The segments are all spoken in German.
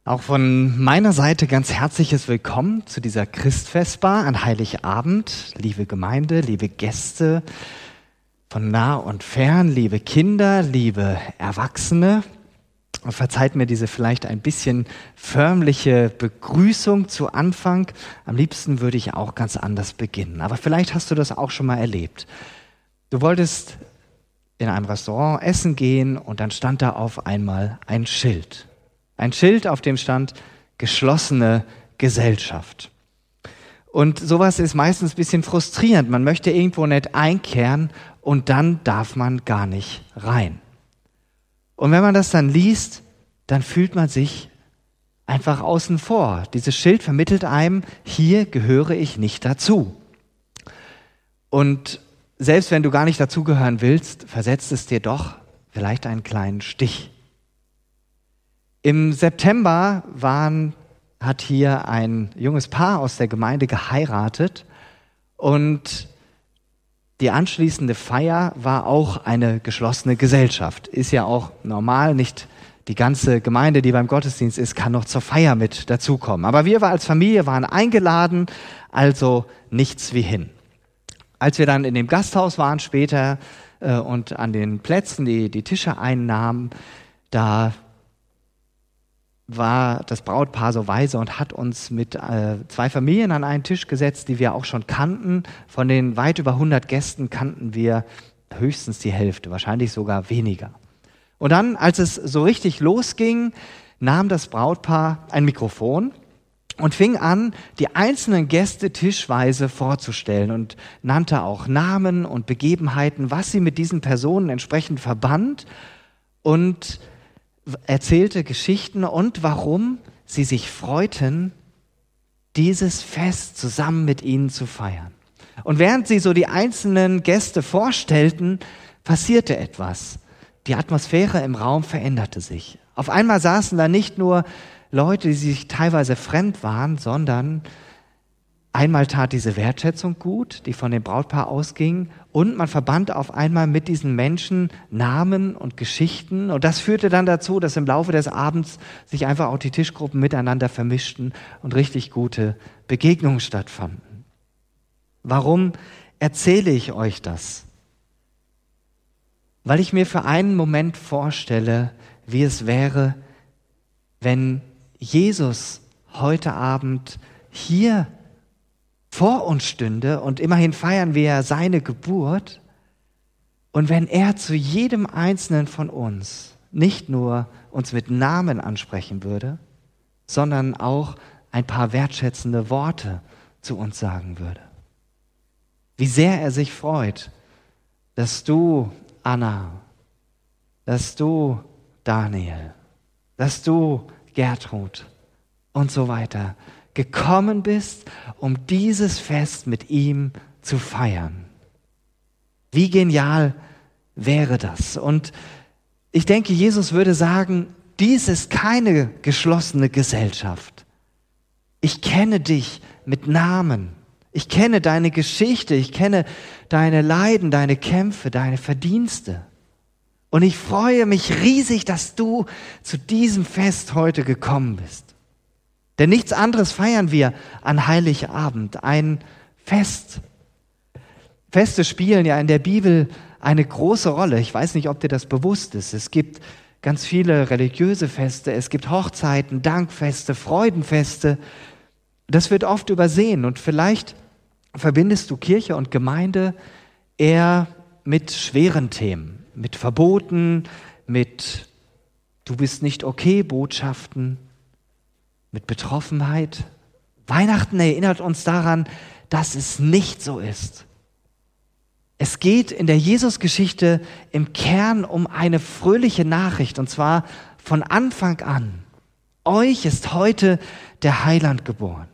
Auch von meiner Seite ganz herzliches Willkommen zu dieser Christfestbar an Heiligabend. Liebe Gemeinde, liebe Gäste von nah und fern, liebe Kinder, liebe Erwachsene. Und verzeiht mir diese vielleicht ein bisschen förmliche Begrüßung zu Anfang. Am liebsten würde ich auch ganz anders beginnen. Aber vielleicht hast du das auch schon mal erlebt. Du wolltest in einem Restaurant essen gehen und dann stand da auf einmal ein Schild. Ein Schild, auf dem stand geschlossene Gesellschaft. Und sowas ist meistens ein bisschen frustrierend. Man möchte irgendwo nicht einkehren und dann darf man gar nicht rein. Und wenn man das dann liest, dann fühlt man sich einfach außen vor. Dieses Schild vermittelt einem, hier gehöre ich nicht dazu. Und selbst wenn du gar nicht dazugehören willst, versetzt es dir doch vielleicht einen kleinen Stich. Im September hat hier ein junges Paar aus der Gemeinde geheiratet und die anschließende Feier war auch eine geschlossene Gesellschaft. Ist ja auch normal, nicht die ganze Gemeinde, die beim Gottesdienst ist, kann noch zur Feier mit dazukommen. Aber wir als Familie waren eingeladen, also nichts wie hin. Als wir dann in dem Gasthaus waren später und an den Plätzen die Tische einnahmen, da war das Brautpaar so weise und hat uns mit 2 Familien an einen Tisch gesetzt, die wir auch schon kannten. Von den weit über 100 Gästen kannten wir höchstens die Hälfte, wahrscheinlich sogar weniger. Und dann, als es so richtig losging, nahm das Brautpaar ein Mikrofon und fing an, die einzelnen Gäste tischweise vorzustellen und nannte auch Namen und Begebenheiten, was sie mit diesen Personen entsprechend verband und erzählte Geschichten und warum sie sich freuten, dieses Fest zusammen mit ihnen zu feiern. Und während sie so die einzelnen Gäste vorstellten, passierte etwas. Die Atmosphäre im Raum veränderte sich. Auf einmal saßen da nicht nur Leute, die sich teilweise fremd waren, sondern einmal tat diese Wertschätzung gut, die von dem Brautpaar ausging, und man verband auf einmal mit diesen Menschen Namen und Geschichten. Und das führte dann dazu, dass im Laufe des Abends sich einfach auch die Tischgruppen miteinander vermischten und richtig gute Begegnungen stattfanden. Warum erzähle ich euch das? Weil ich mir für einen Moment vorstelle, wie es wäre, wenn Jesus heute Abend hier vor uns stünde und immerhin feiern wir ja seine Geburt. Und wenn er zu jedem Einzelnen von uns nicht nur uns mit Namen ansprechen würde, sondern auch ein paar wertschätzende Worte zu uns sagen würde. Wie sehr er sich freut, dass du, Anna, dass du, Daniel, dass du, Gertrud und so weiter gekommen bist, um dieses Fest mit ihm zu feiern. Wie genial wäre das? Und ich denke, Jesus würde sagen, dies ist keine geschlossene Gesellschaft. Ich kenne dich mit Namen. Ich kenne deine Geschichte. Ich kenne deine Leiden, deine Kämpfe, deine Verdienste. Und ich freue mich riesig, dass du zu diesem Fest heute gekommen bist. Denn nichts anderes feiern wir an Heiligabend, ein Fest. Feste spielen ja in der Bibel eine große Rolle. Ich weiß nicht, ob dir das bewusst ist. Es gibt ganz viele religiöse Feste, es gibt Hochzeiten, Dankfeste, Freudenfeste. Das wird oft übersehen und vielleicht verbindest du Kirche und Gemeinde eher mit schweren Themen, mit Verboten, mit Du bist nicht okay Botschaften, mit Betroffenheit. Weihnachten erinnert uns daran, dass es nicht so ist. Es geht in der Jesusgeschichte im Kern um eine fröhliche Nachricht, und zwar von Anfang an. Euch ist heute der Heiland geboren,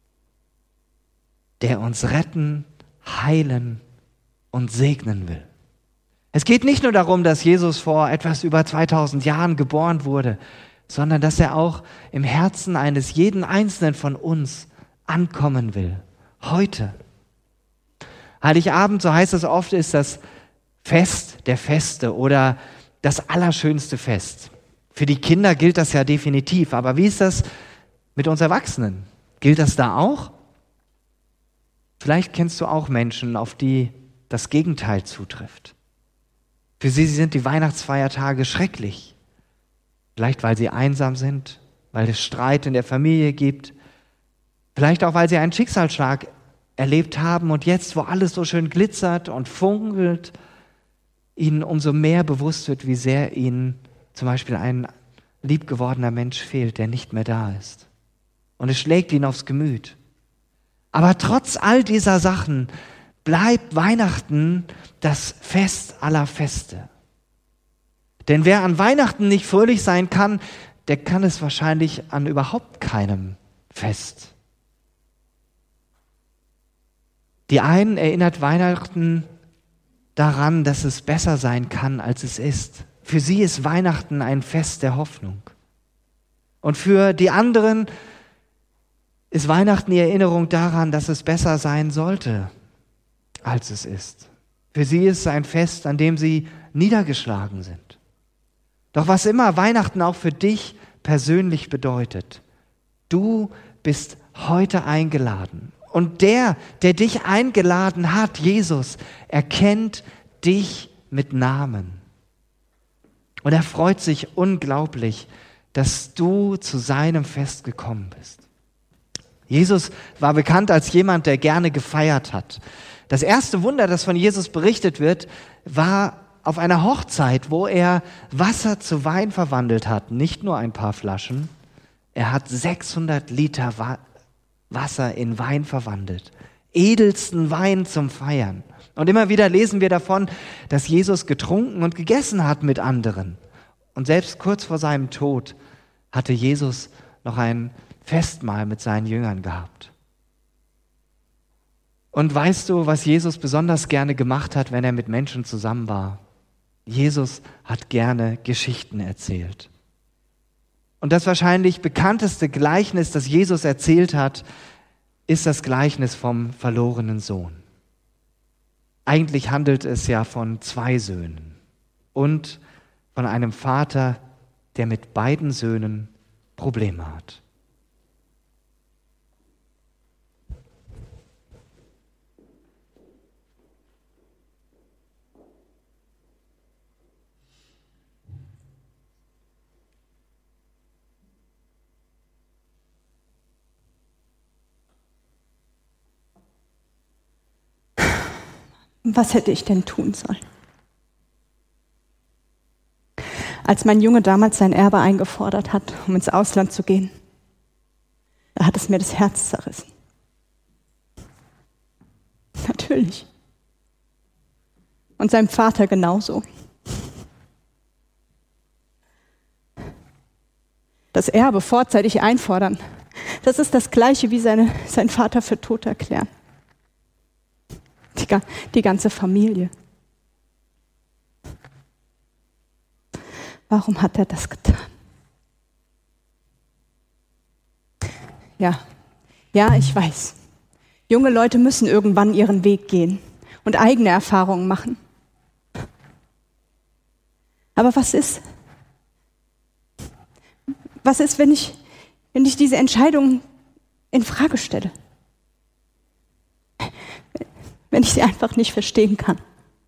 der uns retten, heilen und segnen will. Es geht nicht nur darum, dass Jesus vor etwas über 2000 Jahren geboren wurde, sondern dass er auch im Herzen eines jeden Einzelnen von uns ankommen will. Heute. Heiligabend, so heißt es oft, ist das Fest der Feste oder das allerschönste Fest. Für die Kinder gilt das ja definitiv. Aber wie ist das mit uns Erwachsenen? Gilt das da auch? Vielleicht kennst du auch Menschen, auf die das Gegenteil zutrifft. Für sie sind die Weihnachtsfeiertage schrecklich. Vielleicht, weil sie einsam sind, weil es Streit in der Familie gibt. Vielleicht auch, weil sie einen Schicksalsschlag erlebt haben und jetzt, wo alles so schön glitzert und funkelt, ihnen umso mehr bewusst wird, wie sehr ihnen zum Beispiel ein liebgewordener Mensch fehlt, der nicht mehr da ist. Und es schlägt ihnen aufs Gemüt. Aber trotz all dieser Sachen bleibt Weihnachten das Fest aller Feste. Denn wer an Weihnachten nicht fröhlich sein kann, der kann es wahrscheinlich an überhaupt keinem Fest. Die einen erinnert Weihnachten daran, dass es besser sein kann, als es ist. Für sie ist Weihnachten ein Fest der Hoffnung. Und für die anderen ist Weihnachten die Erinnerung daran, dass es besser sein sollte, als es ist. Für sie ist es ein Fest, an dem sie niedergeschlagen sind. Doch was immer Weihnachten auch für dich persönlich bedeutet, du bist heute eingeladen. Und der dich eingeladen hat, Jesus, erkennt dich mit Namen. Und er freut sich unglaublich, dass du zu seinem Fest gekommen bist. Jesus war bekannt als jemand, der gerne gefeiert hat. Das erste Wunder, das von Jesus berichtet wird, war auf einer Hochzeit, wo er Wasser zu Wein verwandelt hat. Nicht nur ein paar Flaschen, er hat 600 Liter Wasser in Wein verwandelt. Edelsten Wein zum Feiern. Und immer wieder lesen wir davon, dass Jesus getrunken und gegessen hat mit anderen. Und selbst kurz vor seinem Tod hatte Jesus noch ein Festmahl mit seinen Jüngern gehabt. Und weißt du, was Jesus besonders gerne gemacht hat, wenn er mit Menschen zusammen war? Jesus hat gerne Geschichten erzählt. Und das wahrscheinlich bekannteste Gleichnis, das Jesus erzählt hat, ist das Gleichnis vom verlorenen Sohn. Eigentlich handelt es ja von 2 Söhnen und von einem Vater, der mit beiden Söhnen Probleme hat. Was hätte ich denn tun sollen? Als mein Junge damals sein Erbe eingefordert hat, um ins Ausland zu gehen, da hat es mir das Herz zerrissen. Natürlich. Und seinem Vater genauso. Das Erbe vorzeitig einfordern, das ist das Gleiche wie sein Vater für tot erklären. Die ganze Familie. Warum hat er das getan? Ja, ich weiß. Junge Leute müssen irgendwann ihren Weg gehen und eigene Erfahrungen machen. Aber was ist, wenn ich diese Entscheidung in Frage stelle? Wenn ich sie einfach nicht verstehen kann.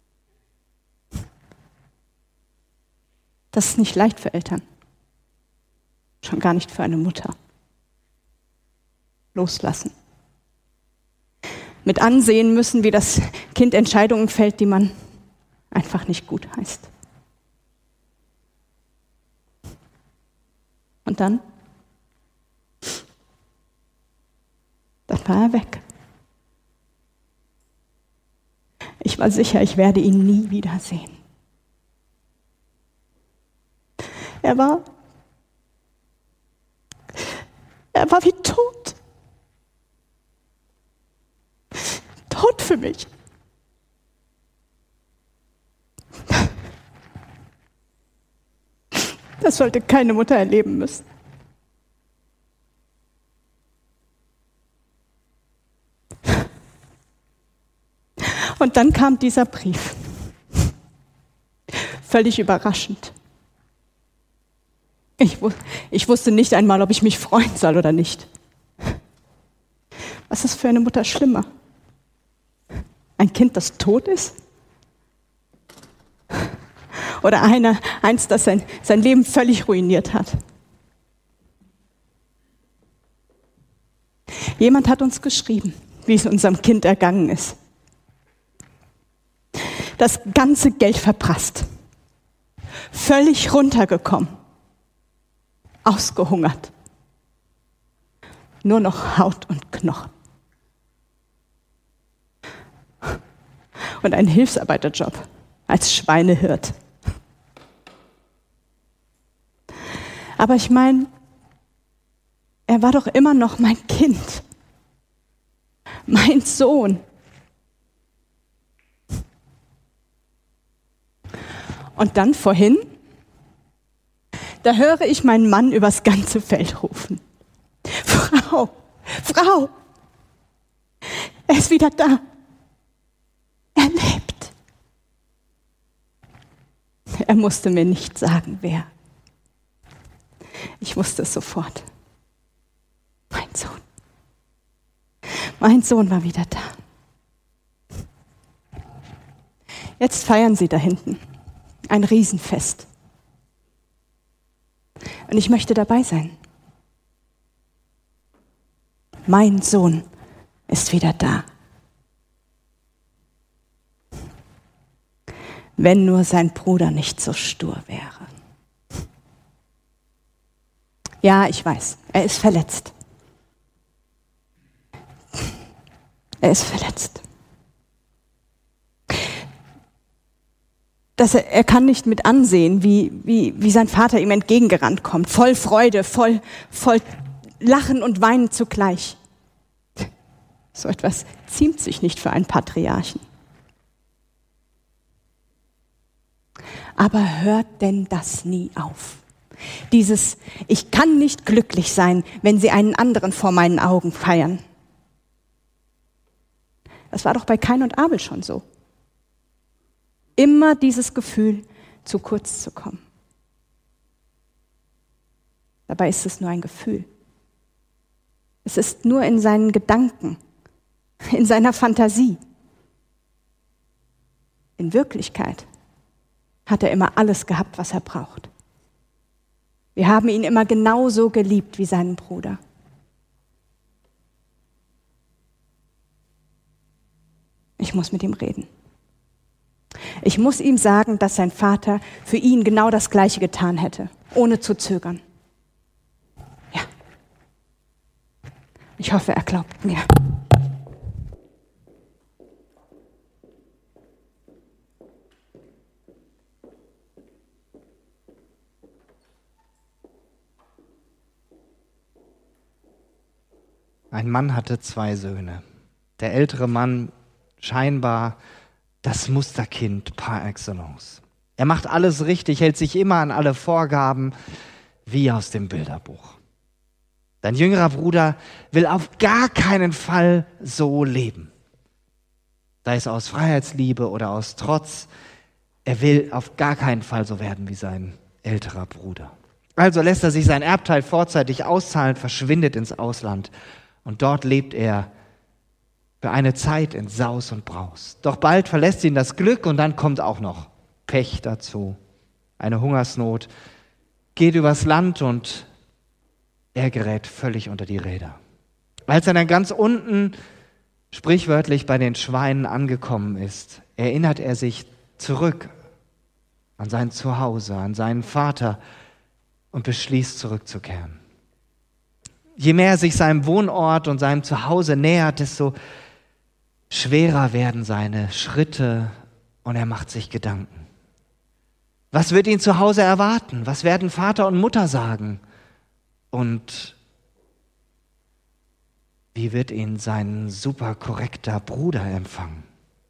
Das ist nicht leicht für Eltern. Schon gar nicht für eine Mutter. Loslassen. Mit ansehen müssen, wie das Kind Entscheidungen fällt, die man einfach nicht gut heißt. Und dann war er weg. Ich war sicher, ich werde ihn nie wiedersehen. Er war wie tot. Tot für mich. Das sollte keine Mutter erleben müssen. Und dann kam dieser Brief. Völlig überraschend. Ich wusste nicht einmal, ob ich mich freuen soll oder nicht. Was ist für eine Mutter schlimmer? Ein Kind, das tot ist? Oder eins, das sein Leben völlig ruiniert hat? Jemand hat uns geschrieben, wie es unserem Kind ergangen ist. Das ganze Geld verprasst. Völlig runtergekommen. Ausgehungert. Nur noch Haut und Knochen. Und ein Hilfsarbeiterjob als Schweinehirt. Aber ich meine, er war doch immer noch mein Kind. Mein Sohn. Und dann vorhin, da höre ich meinen Mann übers ganze Feld rufen. Frau, er ist wieder da. Er lebt. Er musste mir nicht sagen, wer. Ich wusste es sofort. Mein Sohn. Mein Sohn war wieder da. Jetzt feiern sie da hinten ein Riesenfest. Und ich möchte dabei sein. Mein Sohn ist wieder da. Wenn nur sein Bruder nicht so stur wäre. Ja, ich weiß, er ist verletzt. Er ist verletzt. Er kann nicht mit ansehen, wie sein Vater ihm entgegengerannt kommt, voll Freude, voll Lachen und Weinen zugleich. So etwas ziemt sich nicht für einen Patriarchen. Aber hört denn das nie auf? Dieses, ich kann nicht glücklich sein, wenn sie einen anderen vor meinen Augen feiern. Das war doch bei Kain und Abel schon so. Immer dieses Gefühl, zu kurz zu kommen. Dabei ist es nur ein Gefühl. Es ist nur in seinen Gedanken, in seiner Fantasie. In Wirklichkeit hat er immer alles gehabt, was er braucht. Wir haben ihn immer genauso geliebt wie seinen Bruder. Ich muss mit ihm reden. Ich muss ihm sagen, dass sein Vater für ihn genau das Gleiche getan hätte, ohne zu zögern. Ja. Ich hoffe, er glaubt mir. Ein Mann hatte 2 Söhne. Der ältere Mann scheinbar das Musterkind par excellence. Er macht alles richtig, hält sich immer an alle Vorgaben, wie aus dem Bilderbuch. Dein jüngerer Bruder will auf gar keinen Fall so leben. Sei es aus Freiheitsliebe oder aus Trotz, er will auf gar keinen Fall so werden wie sein älterer Bruder. Also lässt er sich sein Erbteil vorzeitig auszahlen, verschwindet ins Ausland und dort lebt er für eine Zeit in Saus und Braus. Doch bald verlässt ihn das Glück und dann kommt auch noch Pech dazu. Eine Hungersnot geht übers Land und er gerät völlig unter die Räder. Als er dann ganz unten, sprichwörtlich bei den Schweinen angekommen ist, erinnert er sich zurück an sein Zuhause, an seinen Vater und beschließt zurückzukehren. Je mehr er sich seinem Wohnort und seinem Zuhause nähert, desto schwerer werden seine Schritte und er macht sich Gedanken. Was wird ihn zu Hause erwarten? Was werden Vater und Mutter sagen? Und wie wird ihn sein super korrekter Bruder empfangen?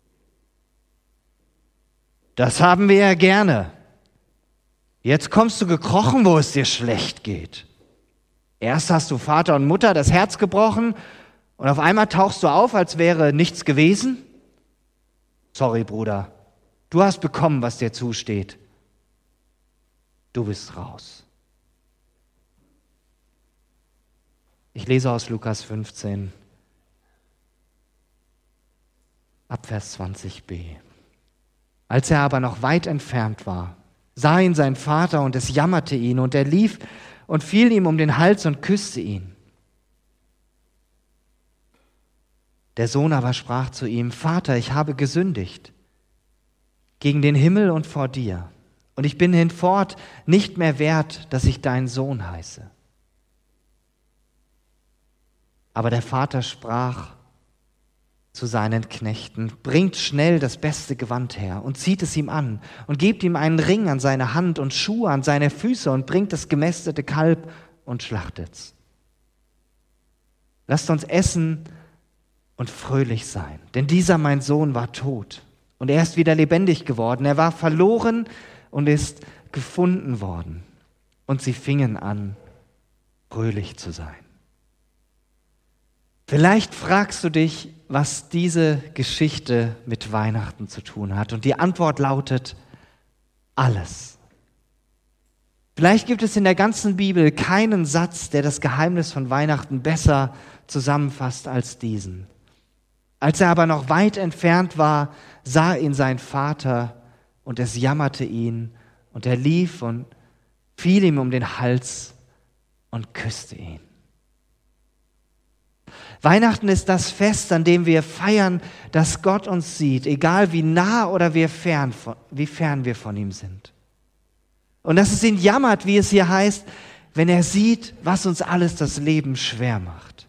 Das haben wir ja gerne. Jetzt kommst du gekrochen, wo es dir schlecht geht. Erst hast du Vater und Mutter das Herz gebrochen und auf einmal tauchst du auf, als wäre nichts gewesen. Sorry, Bruder, du hast bekommen, was dir zusteht. Du bist raus. Ich lese aus Lukas 15, ab Vers 20b. Als er aber noch weit entfernt war, sah ihn sein Vater und es jammerte ihn, und er lief und fiel ihm um den Hals und küsste ihn. Der Sohn aber sprach zu ihm: Vater, ich habe gesündigt gegen den Himmel und vor dir, und ich bin hinfort nicht mehr wert, dass ich dein Sohn heiße. Aber der Vater sprach zu seinen Knechten: Bringt schnell das beste Gewand her und zieht es ihm an und gebt ihm einen Ring an seine Hand und Schuhe an seine Füße und bringt das gemästete Kalb und schlachtet's. Lasst uns essen und fröhlich sein, denn dieser mein Sohn war tot und er ist wieder lebendig geworden. Er war verloren und ist gefunden worden. Und sie fingen an, fröhlich zu sein. Vielleicht fragst du dich, was diese Geschichte mit Weihnachten zu tun hat. Und die Antwort lautet: alles. Vielleicht gibt es in der ganzen Bibel keinen Satz, der das Geheimnis von Weihnachten besser zusammenfasst als diesen. Als er aber noch weit entfernt war, sah ihn sein Vater und es jammerte ihn, und er lief und fiel ihm um den Hals und küsste ihn. Weihnachten ist das Fest, an dem wir feiern, dass Gott uns sieht, egal wie nah oder wie fern wir von ihm sind. Und dass es ihn jammert, wie es hier heißt, wenn er sieht, was uns alles das Leben schwer macht.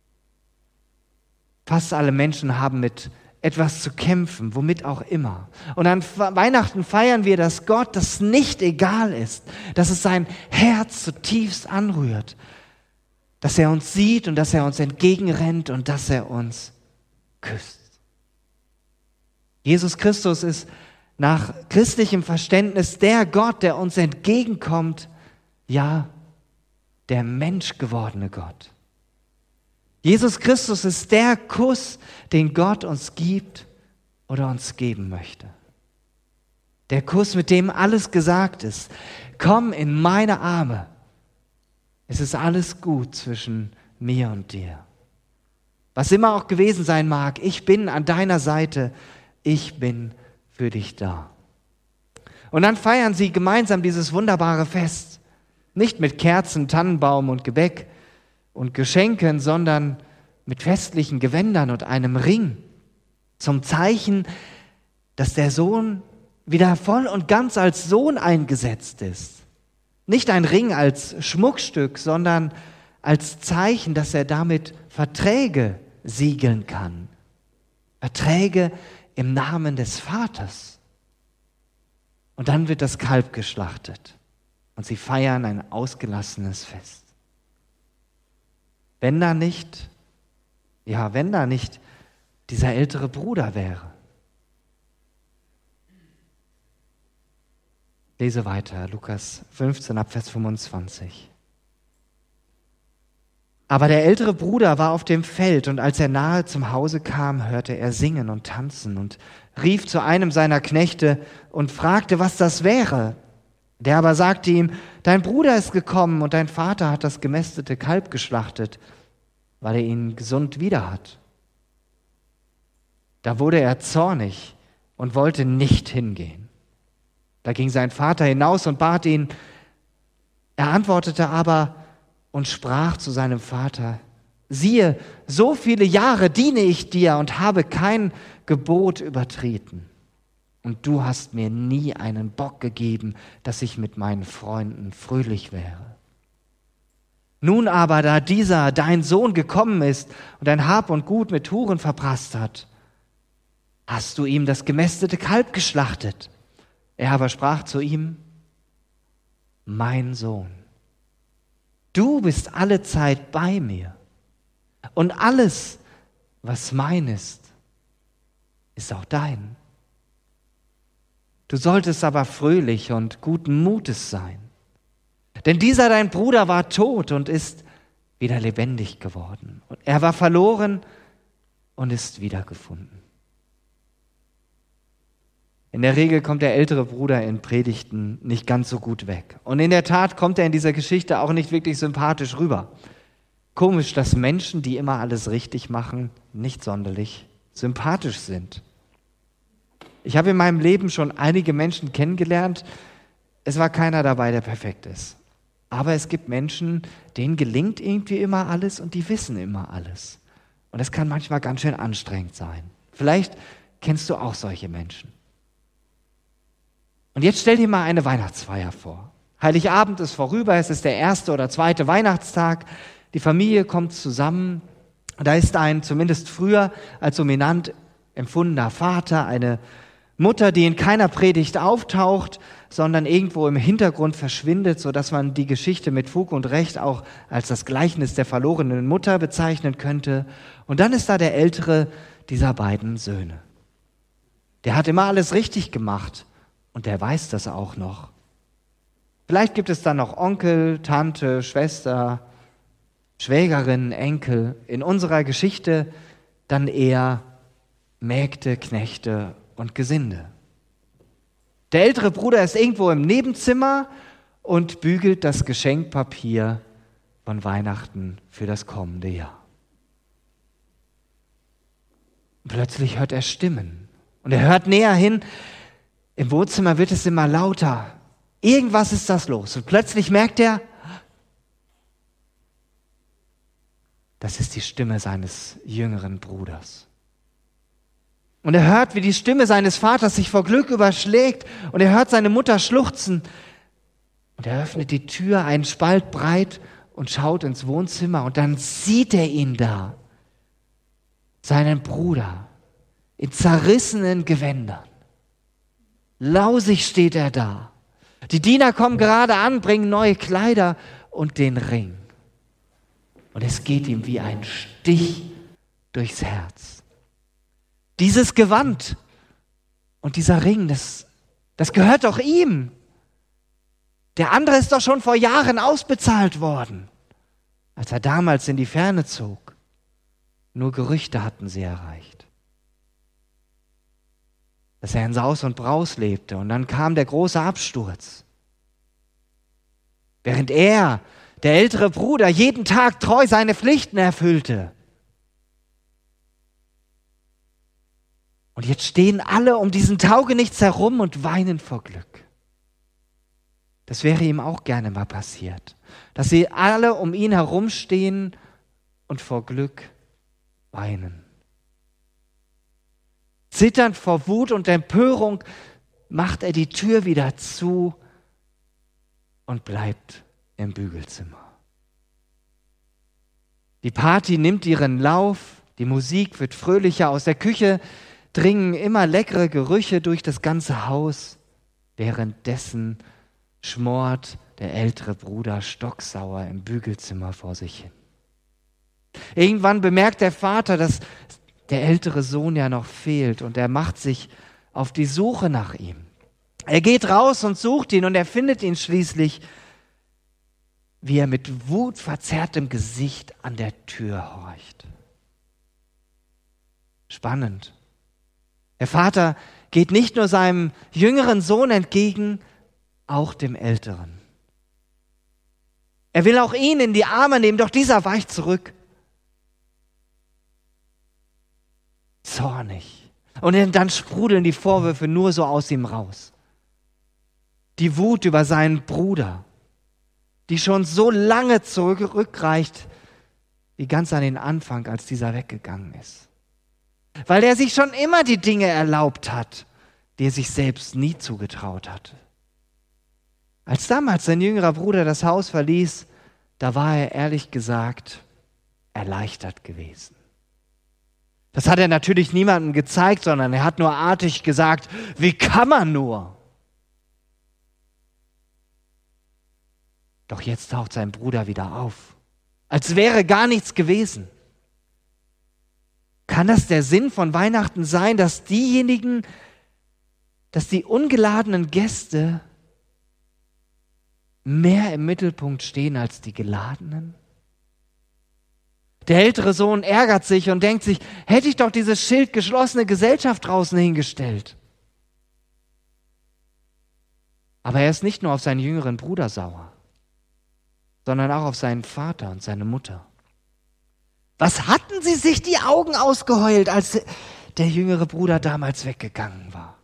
Fast alle Menschen haben mit etwas zu kämpfen, womit auch immer. Und an Weihnachten feiern wir, dass Gott das nicht egal ist, dass es sein Herz zutiefst anrührt, dass er uns sieht und dass er uns entgegenrennt und dass er uns küsst. Jesus Christus ist nach christlichem Verständnis der Gott, der uns entgegenkommt, ja, der menschgewordene Gott. Jesus Christus ist der Kuss, den Gott uns gibt oder uns geben möchte. Der Kuss, mit dem alles gesagt ist. Komm in meine Arme. Es ist alles gut zwischen mir und dir. Was immer auch gewesen sein mag, ich bin an deiner Seite. Ich bin für dich da. Und dann feiern sie gemeinsam dieses wunderbare Fest. Nicht mit Kerzen, Tannenbaum und Gebäck und Geschenken, sondern mit festlichen Gewändern und einem Ring. Zum Zeichen, dass der Sohn wieder voll und ganz als Sohn eingesetzt ist. Nicht ein Ring als Schmuckstück, sondern als Zeichen, dass er damit Verträge siegeln kann. Verträge im Namen des Vaters. Und dann wird das Kalb geschlachtet und sie feiern ein ausgelassenes Fest. Wenn da nicht dieser ältere Bruder wäre. Lese weiter, Lukas 15 ab Vers 25. Aber der ältere Bruder war auf dem Feld, und als er nahe zum Hause kam, hörte er singen und tanzen und rief zu einem seiner Knechte und fragte, was das wäre. Der aber sagte ihm: Dein Bruder ist gekommen und dein Vater hat das gemästete Kalb geschlachtet, weil er ihn gesund wieder hat. Da wurde er zornig und wollte nicht hingehen. Da ging sein Vater hinaus und bat ihn. Er antwortete aber und sprach zu seinem Vater: Siehe, so viele Jahre diene ich dir und habe kein Gebot übertreten. Und du hast mir nie einen Bock gegeben, dass ich mit meinen Freunden fröhlich wäre. Nun aber, da dieser, dein Sohn, gekommen ist und dein Hab und Gut mit Huren verprasst hat, hast du ihm das gemästete Kalb geschlachtet. Er aber sprach zu ihm: Mein Sohn, du bist alle Zeit bei mir, und alles, was mein ist auch dein. Du solltest aber fröhlich und guten Mutes sein. Denn dieser dein Bruder war tot und ist wieder lebendig geworden. Und er war verloren und ist wiedergefunden. In der Regel kommt der ältere Bruder in Predigten nicht ganz so gut weg. Und in der Tat kommt er in dieser Geschichte auch nicht wirklich sympathisch rüber. Komisch, dass Menschen, die immer alles richtig machen, nicht sonderlich sympathisch sind. Ich habe in meinem Leben schon einige Menschen kennengelernt. Es war keiner dabei, der perfekt ist. Aber es gibt Menschen, denen gelingt irgendwie immer alles und die wissen immer alles. Und das kann manchmal ganz schön anstrengend sein. Vielleicht kennst du auch solche Menschen. Und jetzt stell dir mal eine Weihnachtsfeier vor. Heiligabend ist vorüber, es ist der erste oder zweite Weihnachtstag. Die Familie kommt zusammen. Da ist ein, zumindest früher, als dominant empfundener Vater, eine Mutter, die in keiner Predigt auftaucht, sondern irgendwo im Hintergrund verschwindet, sodass man die Geschichte mit Fug und Recht auch als das Gleichnis der verlorenen Mutter bezeichnen könnte. Und dann ist da der ältere dieser beiden Söhne. Der hat immer alles richtig gemacht und der weiß das auch noch. Vielleicht gibt es dann noch Onkel, Tante, Schwester, Schwägerin, Enkel. In unserer Geschichte dann eher Mägde, Knechte und Gesinde. Der ältere Bruder ist irgendwo im Nebenzimmer und bügelt das Geschenkpapier von Weihnachten für das kommende Jahr. Und plötzlich hört er Stimmen und er hört näher hin. Im Wohnzimmer wird es immer lauter. Irgendwas ist das los. Und plötzlich merkt er, das ist die Stimme seines jüngeren Bruders. Und er hört, wie die Stimme seines Vaters sich vor Glück überschlägt. Und er hört seine Mutter schluchzen. Und er öffnet die Tür einen Spalt breit und schaut ins Wohnzimmer. Und dann sieht er ihn da, seinen Bruder, in zerrissenen Gewändern. Lausig steht er da. Die Diener kommen gerade an, bringen neue Kleider und den Ring. Und es geht ihm wie ein Stich durchs Herz. Dieses Gewand und dieser Ring, das gehört doch ihm. Der andere ist doch schon vor Jahren ausbezahlt worden, als er damals in die Ferne zog. Nur Gerüchte hatten sie erreicht, dass er in Saus und Braus lebte. Und dann kam der große Absturz. Während er, der ältere Bruder, jeden Tag treu seine Pflichten erfüllte. Und jetzt stehen alle um diesen Taugenichts herum und weinen vor Glück. Das wäre ihm auch gerne mal passiert, dass sie alle um ihn herumstehen und vor Glück weinen. Zitternd vor Wut und Empörung macht er die Tür wieder zu und bleibt im Bügelzimmer. Die Party nimmt ihren Lauf, die Musik wird fröhlicher, aus der Küche dringen immer leckere Gerüche durch das ganze Haus. Währenddessen schmort der ältere Bruder stocksauer im Bügelzimmer vor sich hin. Irgendwann bemerkt der Vater, dass der ältere Sohn ja noch fehlt und er macht sich auf die Suche nach ihm. Er geht raus und sucht ihn und er findet ihn schließlich, wie er mit wutverzerrtem Gesicht an der Tür horcht. Spannend. Der Vater geht nicht nur seinem jüngeren Sohn entgegen, auch dem Älteren. Er will auch ihn in die Arme nehmen, doch dieser weicht zurück. Zornig. Und dann sprudeln die Vorwürfe nur so aus ihm raus. Die Wut über seinen Bruder, die schon so lange zurückreicht, wie ganz an den Anfang, als dieser weggegangen ist. Weil er sich schon immer die Dinge erlaubt hat, die er sich selbst nie zugetraut hatte. Als damals sein jüngerer Bruder das Haus verließ, da war er ehrlich gesagt erleichtert gewesen. Das hat er natürlich niemandem gezeigt, sondern er hat nur artig gesagt, wie kann man nur? Doch jetzt taucht sein Bruder wieder auf, als wäre gar nichts gewesen. Kann das der Sinn von Weihnachten sein, dass die ungeladenen Gäste mehr im Mittelpunkt stehen als die Geladenen? Der ältere Sohn ärgert sich und denkt sich, hätte ich doch dieses Schild geschlossene Gesellschaft draußen hingestellt. Aber er ist nicht nur auf seinen jüngeren Bruder sauer, sondern auch auf seinen Vater und seine Mutter. Was hatten sie sich die Augen ausgeheult, als der jüngere Bruder damals weggegangen war?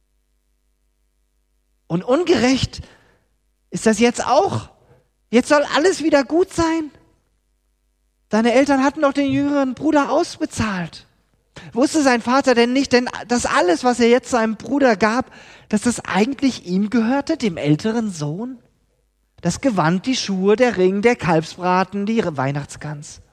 Und ungerecht ist das jetzt auch. Jetzt soll alles wieder gut sein. Seine Eltern hatten doch den jüngeren Bruder ausbezahlt. Wusste sein Vater denn nicht, denn das alles, was er jetzt seinem Bruder gab, dass das eigentlich ihm gehörte, dem älteren Sohn? Das Gewand, die Schuhe, der Ring, der Kalbsbraten, die Weihnachtsgans.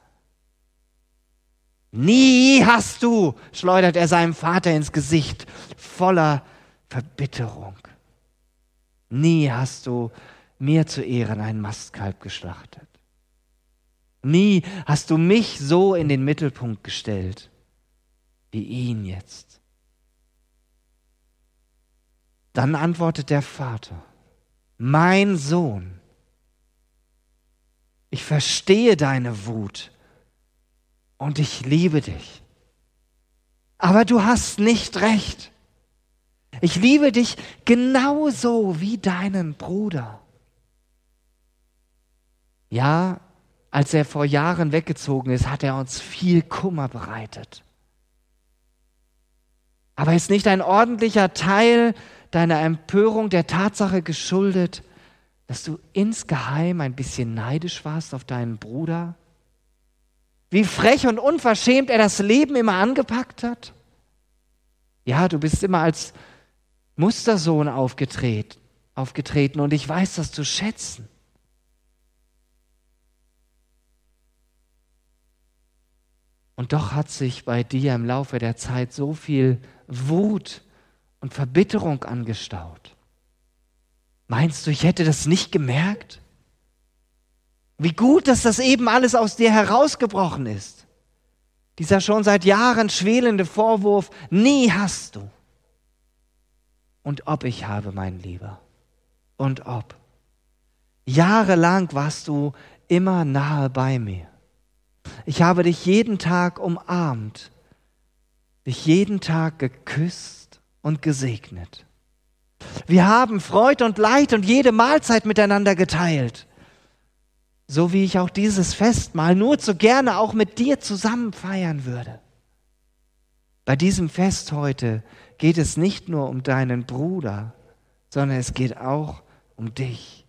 Nie hast du, schleudert er seinem Vater ins Gesicht, voller Verbitterung. Nie hast du mir zu Ehren ein Mastkalb geschlachtet. Nie hast du mich so in den Mittelpunkt gestellt, wie ihn jetzt. Dann antwortet der Vater: Mein Sohn, ich verstehe deine Wut und ich liebe dich. Aber du hast nicht recht. Ich liebe dich genauso wie deinen Bruder. Ja, als er vor Jahren weggezogen ist, hat er uns viel Kummer bereitet. Aber ist nicht ein ordentlicher Teil deiner Empörung der Tatsache geschuldet, dass du insgeheim ein bisschen neidisch warst auf deinen Bruder? Wie frech und unverschämt er das Leben immer angepackt hat? Ja, du bist immer als Mustersohn aufgetreten und ich weiß das zu schätzen. Und doch hat sich bei dir im Laufe der Zeit so viel Wut und Verbitterung angestaut. Meinst du, ich hätte das nicht gemerkt? Wie gut, dass das eben alles aus dir herausgebrochen ist. Dieser schon seit Jahren schwelende Vorwurf: Nie hast du. Und ob ich habe, mein Lieber. Und ob. Jahrelang warst du immer nahe bei mir. Ich habe dich jeden Tag umarmt, dich jeden Tag geküsst und gesegnet. Wir haben Freude und Leid und jede Mahlzeit miteinander geteilt. So wie ich auch dieses Festmahl nur zu gerne auch mit dir zusammen feiern würde. Bei diesem Fest heute geht es nicht nur um deinen Bruder, sondern es geht auch um dich.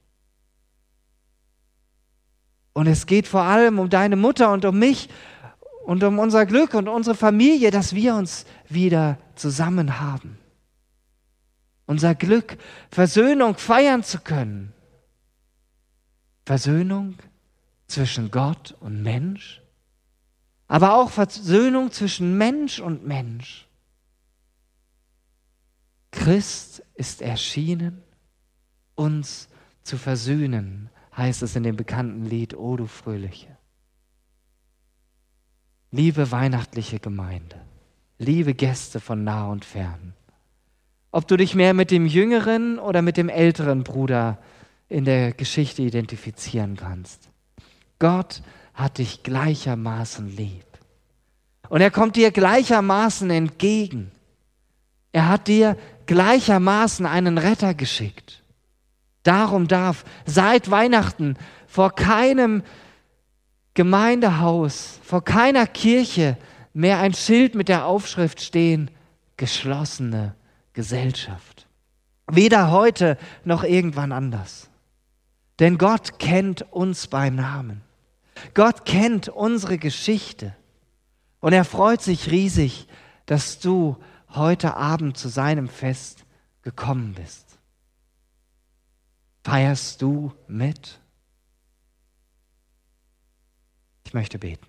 Und es geht vor allem um deine Mutter und um mich und um unser Glück und unsere Familie, dass wir uns wieder zusammen haben. Unser Glück, Versöhnung feiern zu können. Versöhnung zwischen Gott und Mensch, aber auch Versöhnung zwischen Mensch und Mensch. Christ ist erschienen, uns zu versöhnen, heißt es in dem bekannten Lied O du Fröhliche. Liebe weihnachtliche Gemeinde, liebe Gäste von nah und fern, ob du dich mehr mit dem jüngeren oder mit dem älteren Bruder in der Geschichte identifizieren kannst. Gott hat dich gleichermaßen lieb. Und er kommt dir gleichermaßen entgegen. Er hat dir gleichermaßen einen Retter geschickt. Darum darf seit Weihnachten vor keinem Gemeindehaus, vor keiner Kirche mehr ein Schild mit der Aufschrift stehen: geschlossene Gesellschaft. Weder heute noch irgendwann anders. Denn Gott kennt uns beim Namen. Gott kennt unsere Geschichte. Und er freut sich riesig, dass du heute Abend zu seinem Fest gekommen bist. Feierst du mit? Ich möchte beten.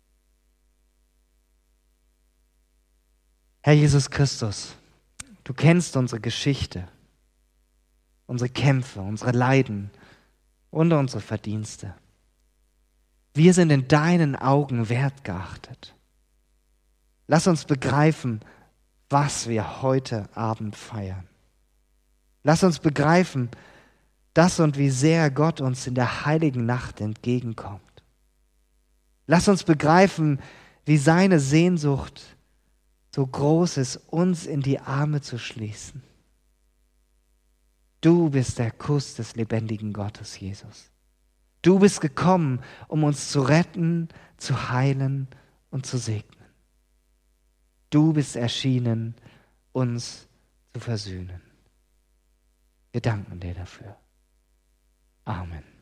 Herr Jesus Christus, du kennst unsere Geschichte, unsere Kämpfe, unsere Leiden und unsere Verdienste. Wir sind in deinen Augen wertgeachtet. Lass uns begreifen, was wir heute Abend feiern. Lass uns begreifen, dass und wie sehr Gott uns in der heiligen Nacht entgegenkommt. Lass uns begreifen, wie seine Sehnsucht so groß ist, uns in die Arme zu schließen. Du bist der Kuss des lebendigen Gottes, Jesus. Du bist gekommen, um uns zu retten, zu heilen und zu segnen. Du bist erschienen, uns zu versöhnen. Wir danken dir dafür. Amen.